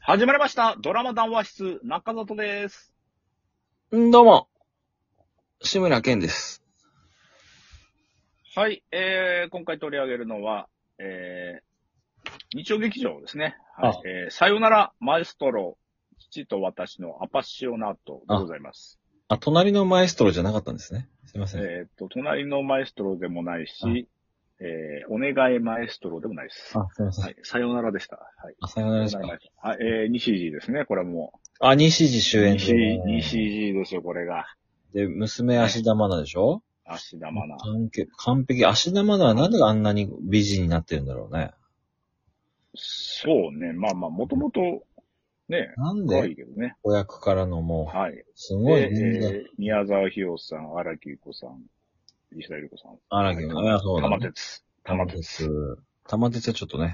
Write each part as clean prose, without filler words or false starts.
始まりました。ドラマ談話室、中里です。 どうも、志村けんです。 はい、今回取り上げるのは、日曜劇場ですね。はい、さよならマエストロ、父と私のアパッシオナートでございます。 隣のマエストロじゃなかったんですね。すいません。 隣のマエストロでもないし、お願いマエストロでもないです。 すいません。 はい、さよならでした。はい。 さよならですか。 はい、西寺ですね、これも。 西寺主演で、ね。 西寺ですよ、これが。 で、娘芦田愛菜でしょ、 芦田愛菜。 完璧。芦田愛菜はなんであんなに美人になってるんだろうね。 そうね。まあまあ、もともと、ね、 なんで可愛いけどね。 子役からのもう、 はい。 すごいで、宮沢ひよさん、荒木由子さん、石田ゆり子さん。 荒木、そうだね。 玉鉄。玉鉄。 玉鉄はちょっとね、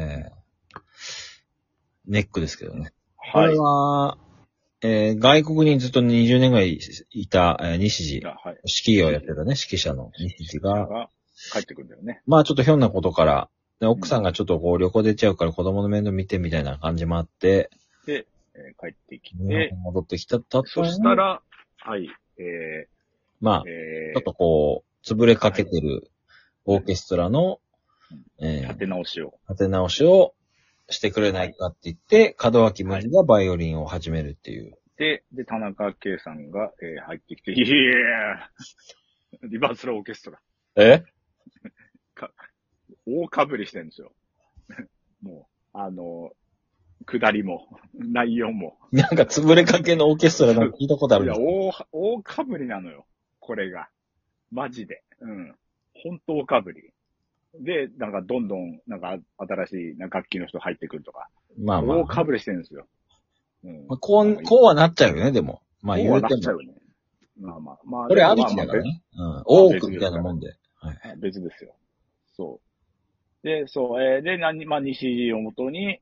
ネックですけどね。 はい。 これは、外国にずっと20年ぐらいいた、西寺。 はい。 指揮をやってたね、指揮者の西寺が。 帰ってくるんだよね。 まあちょっとひょんなことから、で奥さんがちょっとこう旅行出ちゃうから子供の面倒見てみたいな感じもあって、 で、帰ってきて、 戻ってきたそしたら、はい、 まあ、ちょっとこう、潰れかけてるオーケストラの、 立て直しをしてくれないかって言って、門脇麦がバイオリンを始めるっていう。 で、田中圭さんが、入ってきて、イエーリバースラオーケストラ。大かぶりしてるんですよ。もう、下りも、内容も。 なんか潰れかけのオーケストラなんか聞いたことあるんですか？ いや、大かぶりなのよ。これが。マジで。うん。本当大かぶり。で、なんかどんどん、なんか新しい楽器の人入ってくるとか。 まあまあ。 大かぶりしてるんですよ。 うん。こうはなっちゃうよね、でも。まあ言うても。 こうはなっちゃうよね。まあまあ。まあ、 これありきだからね。うん。多くみたいなもんで。 はい。別ですよ。そう。で、そう、で、まあ、西寺をもとに、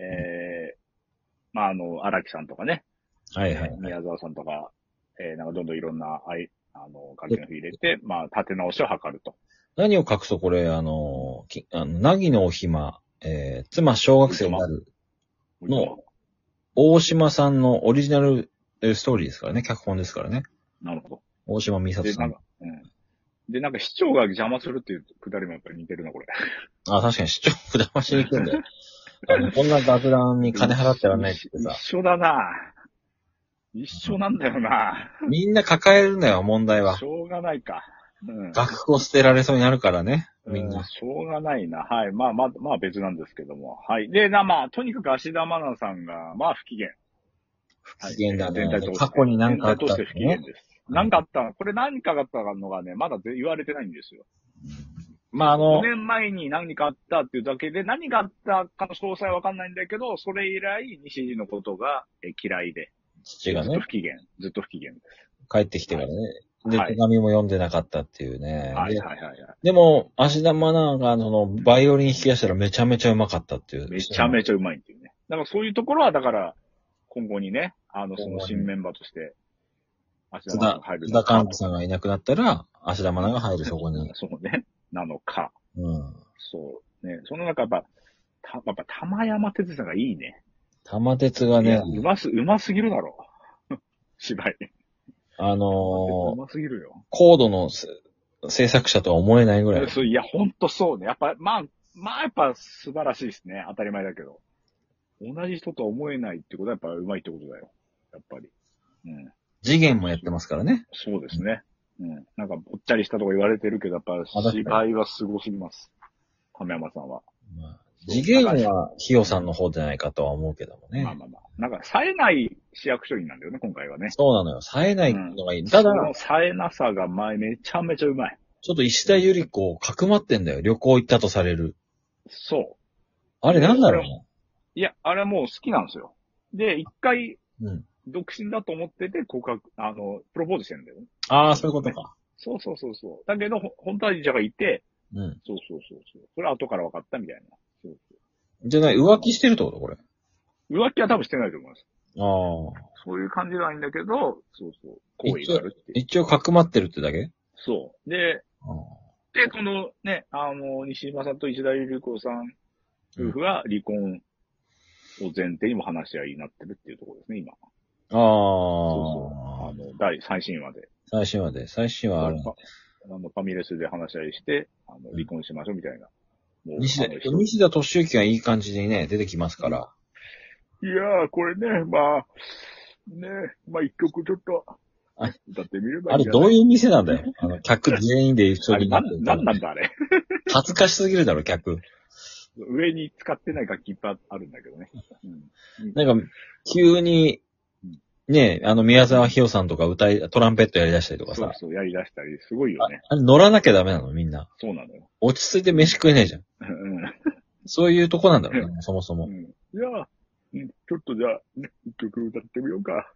まあ、荒木さんとかね。 はいはい。 宮沢さんとか、なんかどんどんいろんな、楽器の人入れて、まあ、立て直しを図ると。 何を隠そう、これ、凪のおひま、妻小学生になるの、大島さんのオリジナルストーリーですからね、脚本ですからね。 なるほど。 大島美里さん。 で、なんか市長が邪魔するっていうくだりもやっぱり似てるな、これ。 確かに市長邪魔しに行くんだよ。こんな雑談に金払ってらんないってさ。 一緒だな。一緒なんだよな。 みんな抱えるんだよ、問題は。 しょうがないか。 楽譜を捨てられそうになるからね、みんな。 しょうがないな。はい。まあ別なんですけども。はい。で、まあ、とにかく芦田愛菜さんが、まあ不機嫌。 不機嫌だね。 全体通して。 過去に何かあった、 全体通して不機嫌です。何かあった、これ何かあったのがね、まだ言われてないんですよ。 まあ 5年前に何かあったっていうだけで、何があったかの詳細はわかんないんだけど、それ以来、西寺のことが嫌いで。 父がね。 ずっと不機嫌です。 帰ってきてからね。で、手紙も読んでなかったっていうね。 はい。 でも、芦田愛菜が、バイオリン弾き出したらめちゃめちゃうまかったっていう。 めちゃめちゃうまいっていうね。だからそういうところは、だから、今後にね、その新メンバーとして、 芦田愛菜が入る。津田寛治さんがいなくなったら、芦田愛菜が入る、そこに。 そうね。なのか。 うん。 そうね。その中やっぱ玉山哲さんがいいね。 玉鉄がね。 うますぎるだろう。芝居。うますぎるよ。 高度の制作者とは思えないぐらい。 いや、ほんとそうね。やっぱ、まあやっぱ素晴らしいですね。当たり前だけど。同じ人とは思えないってことはやっぱ上手いってことだよ。やっぱり。うん。 次元もやってますからね。 そうですね。うん。なんか、ぽっちゃりしたとか言われてるけど、やっぱ芝居はすごすぎます。亀山さんは。 次元はひよさんの方じゃないかとは思うけどもね。 まあ。なんか、冴えない市役所員なんだよね、今回はね。 そうなのよ。冴えないのがいい。 ただ、その冴えなさがめちゃめちゃうまい。 ちょっと石田ゆり子をかくまってんだよ。旅行行ったとされる。 そう。 あれなんだろうね。 いや、あれはもう好きなんですよ。で、一回、独身だと思っててプロポーズしてるんだよね。 そういうことか。 そう。だけど、本当はじゃがいて、そう。それは後から分かったみたいな。そうじゃない、浮気してるってことこれ。 浮気は多分してないと思います。 そういう感じがいいんだけど、行為があるっていう。 一応かくまってるってだけ？ そう。で、このね、西島さんと石田ゆり子さん夫婦は離婚前提にも話し合いになってるっていうところですね、今。 あそう。 あ。 第3シーンまで。 最新話で。最新話あるんだ。 ファミレスで話し合いして、離婚しましょうみたいな。もう西田敏行がいい感じでね、出てきますから。 いやー、これね、一曲ちょっと、歌ってみればいいんじゃない？ あれどういう店なんだよ。客全員で一緒になってる。 なんなんだあれ。 恥ずかしすぎるだろ、客。 上に使ってない楽器いっぱいあるんだけどね。 なんか、急に、ね、宮沢ひよさんとかトランペットやり出したりとかさ。 そう、やり出したり、すごいよね。 あれ乗らなきゃダメなの、みんな。 そうなのよ。 落ち着いて飯食えねえじゃん。そういうとこなんだろうね、そもそも。 いや、ちょっとじゃあ、一曲歌ってみようか。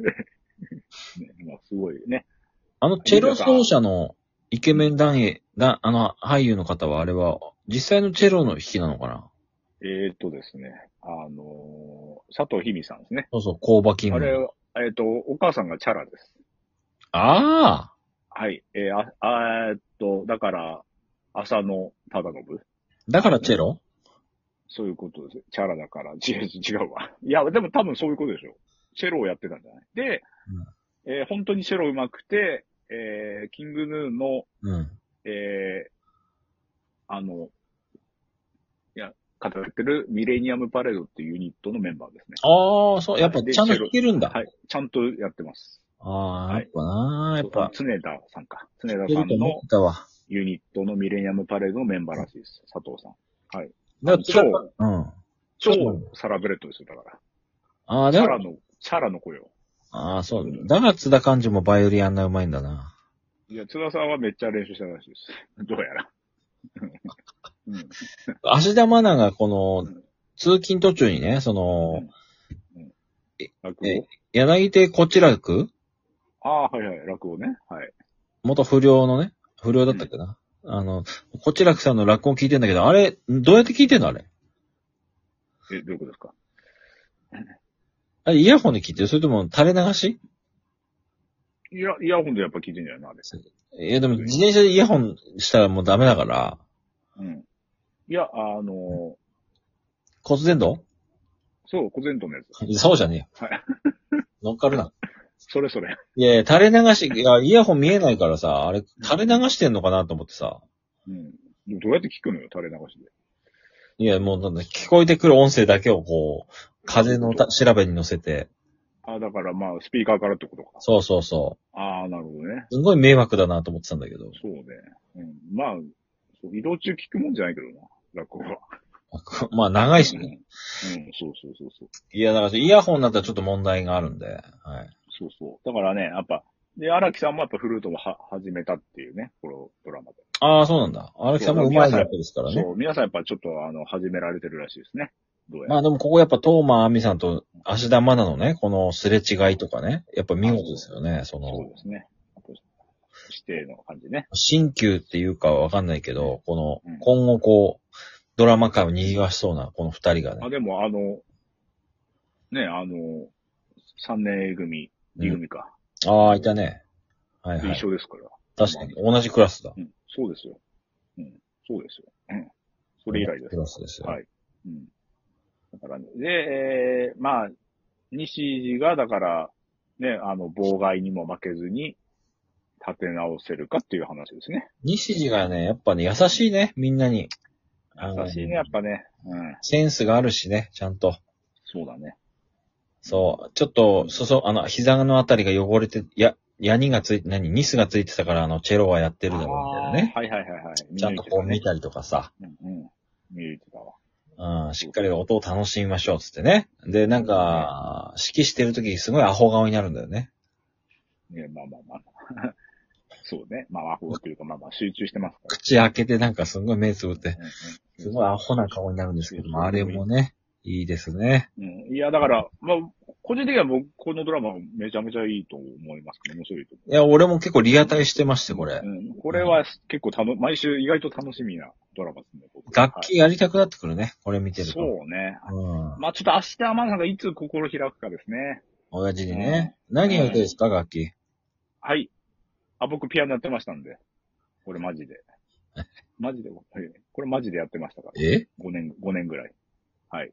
すごいね。 チェロ奏者のイケメン男優、俳優の方は、あれは、実際のチェロの弾きなのかな？ ですね、佐藤ひみさんですね。 そうそう、工場勤務。 あれ、お母さんがチャラです。 ああ。はい。だから、浅野忠信。 だからチェロ？ そういうことです。チャラだから、違うわ。いや、でも多分そういうことでしょ。チェロをやってたんじゃない？で、本当にチェロ上手くて、キングヌーの、語ってるミレニアムパレードっていうユニットのメンバーですね。 ああ、そう、やっぱちゃんと弾けるんだ。 はい。ちゃんとやってます。 ああ、やっぱな、やっぱ。 常田さんか。常田さんのユニットのミレニアムパレードのメンバーらしいです。佐藤さん。はい。超サラブレッドですよ、だから。 ああ、 チャラの声を。 ああ、そう。だから津田寛治もバイオリンあんな上手いんだな。 いや、津田さんはめっちゃ練習したらしいです。どうやら。 芦田愛菜が通勤途中にね、柳手こちらく？ はい、落語ね。はい。 元不良だったっけな。こちらくさんの落語聞いてんだけど、あれ、どうやって聞いてんのあれ？ どういうことですか？ あれ、イヤホンで聞いてる？それとも垂れ流し？ イヤホンでやっぱ聞いてんじゃないのあれ。 いや、でも自転車でイヤホンしたらもうダメだから。 いや、 骨伝導？ そう、骨伝導のやつ。 そうじゃねえよ。 はい。 乗っかるな。 それ。 いや、垂れ流し、イヤホン見えないからさ、あれ、垂れ流してんのかなと思ってさ。 でもどうやって聞くのよ、垂れ流しで。 いや、もう聞こえてくる音声だけを風の調べに乗せて。 だからスピーカーからってことか。 そう。 なるほどね。 すごい迷惑だなと思ってたんだけど。 そうね。移動中聞くもんじゃないけどな、落語は。 長いしね。 そう。 いや、だからイヤホンだったらちょっと問題があるんで。はい。 そう。だからね、やっぱ、で、荒木さんもやっぱフルートを始めたっていうね、このドラマで。 ああ、そうなんだ。荒木さんも上手いわけですからね。 そう、皆さんやっぱちょっと始められてるらしいですね。どうやら。でもここやっぱ東間亜美さんと芦田愛菜のね、このすれ違いとかね、やっぱ見事ですよね、 そうですね。指定の感じね。 新旧っていうかわかんないけど、今後ドラマ界を賑わしそうな、この二人がね。 でも3年 A 組、D 組か。 いたね。はい。 一緒ですから。 確かに、同じクラスだ。 そうですよ。そうですよ。それ以来です。 クラスですよ。 はい。だからね。で、西寺が、だから、ね、妨害にも負けずに、立て直せるかっていう話ですね。 西寺がね、やっぱね、優しいね、みんなに。 優しいね、やっぱね。 センスがあるしね、ちゃんと。 そうだね。 そう。ちょっと、膝のあたりが汚れて、ニスがついてたから、チェロはやってるだろうみたいなね。 はい。 ちゃんと見たりとかさ。 見えてたわ。 しっかり音を楽しみましょう、つってね。で、指揮してるときすごいアホ顔になるんだよね。 そうね。アホっていうか、集中してますから。 口開けてすごい目つぶって、すごいアホな顔になるんですけども、あれもね、いいですね。 いや、だから、個人的には僕、このドラマめちゃめちゃいいと思いますけど、面白いと思う。 いや、俺も結構リアタイしてまして、これ。 これは結構毎週意外と楽しみなドラマですね。 楽器やりたくなってくるね、これ見てると。 そうね。ちょっと明日天野さんがいつ心開くかですね。 親父にね。何やりたいですか、楽器。 はい。僕ピアノやってましたんで。これマジで。これマジでやってましたから。 5 年ぐらい。はい。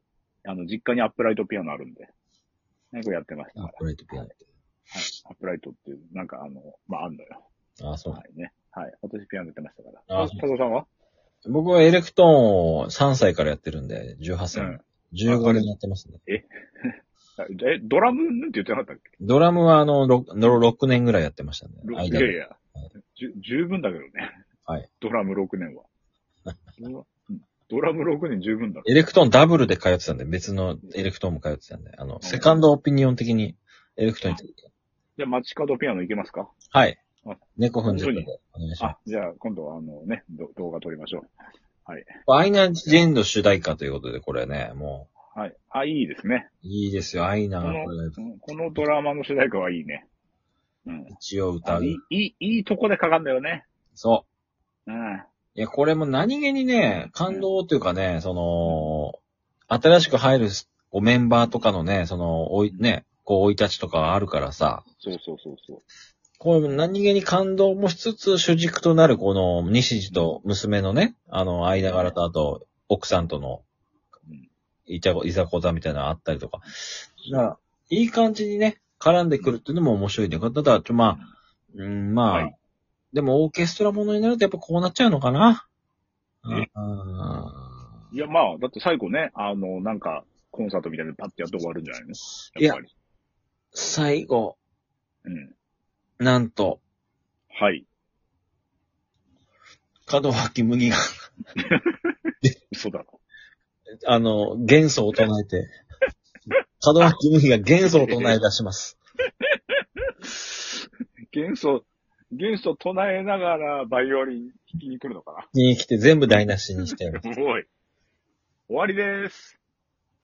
実家にアップライトピアノあるんで、ね、これやってましたから。 アップライトピアノって。 はい。アップライトっていう、なんかまあ、あんのよ。 あ、そう。 はいね。はい。私ピアノやってましたから。 あ、 田藤さんは僕はエレクトーンを3歳からやってるんで、18歳。 うん。 15年やってますね。 ドラムって言ってなかったっけドラムは6年ぐらいやってましたね。 いやいや、十分だけどね。 はい。 ドラム6年は。ドラム6年十分だ。 エレクトーンダブルで通ってたんで、別のエレクトーンも通ってたんで、セカンドオピニオン的にエレクトーンについて。 じゃあ、街角ピアノいけますか？ はい。 あ猫踏んじゃったんで、お願いします。 じゃあ、今度はね、動画撮りましょう。はい。 アイナ・ジ・エンド主題歌ということで、これね、もはい。いいですね。 う、いいですよ、アイナがこのドラマの主題歌はいいね。うん。 一応歌う。 いいとこでかかんだよね。 そう。うん。 いや、これも何気にね、感動というかね、新しく入るメンバーとかのね、生い立ちとかあるからさ、 そう。 これ何気に感動もしつつ主軸となるこの西地と娘のね、間柄とあと奥さんとのいざこざみたいなのあったりとか。だからいい感じにね、絡んでくるっていうのも面白いね。ただ、はい、でもオーケストラものになるとやっぱこうなっちゃうのかな。 いや、まあ、だって最後ね、なんか、コンサートみたいにパッてやって終わるんじゃないの？やっぱり。 最後。 うん。 なんと。 はい。 門脇麦が。 嘘だろ。 元素を唱えて。門脇麦が元素を唱え出します。 元素唱えながらバイオリン弾きに来るのかな？ に来て全部台無しにしてる。 おい。終わりです。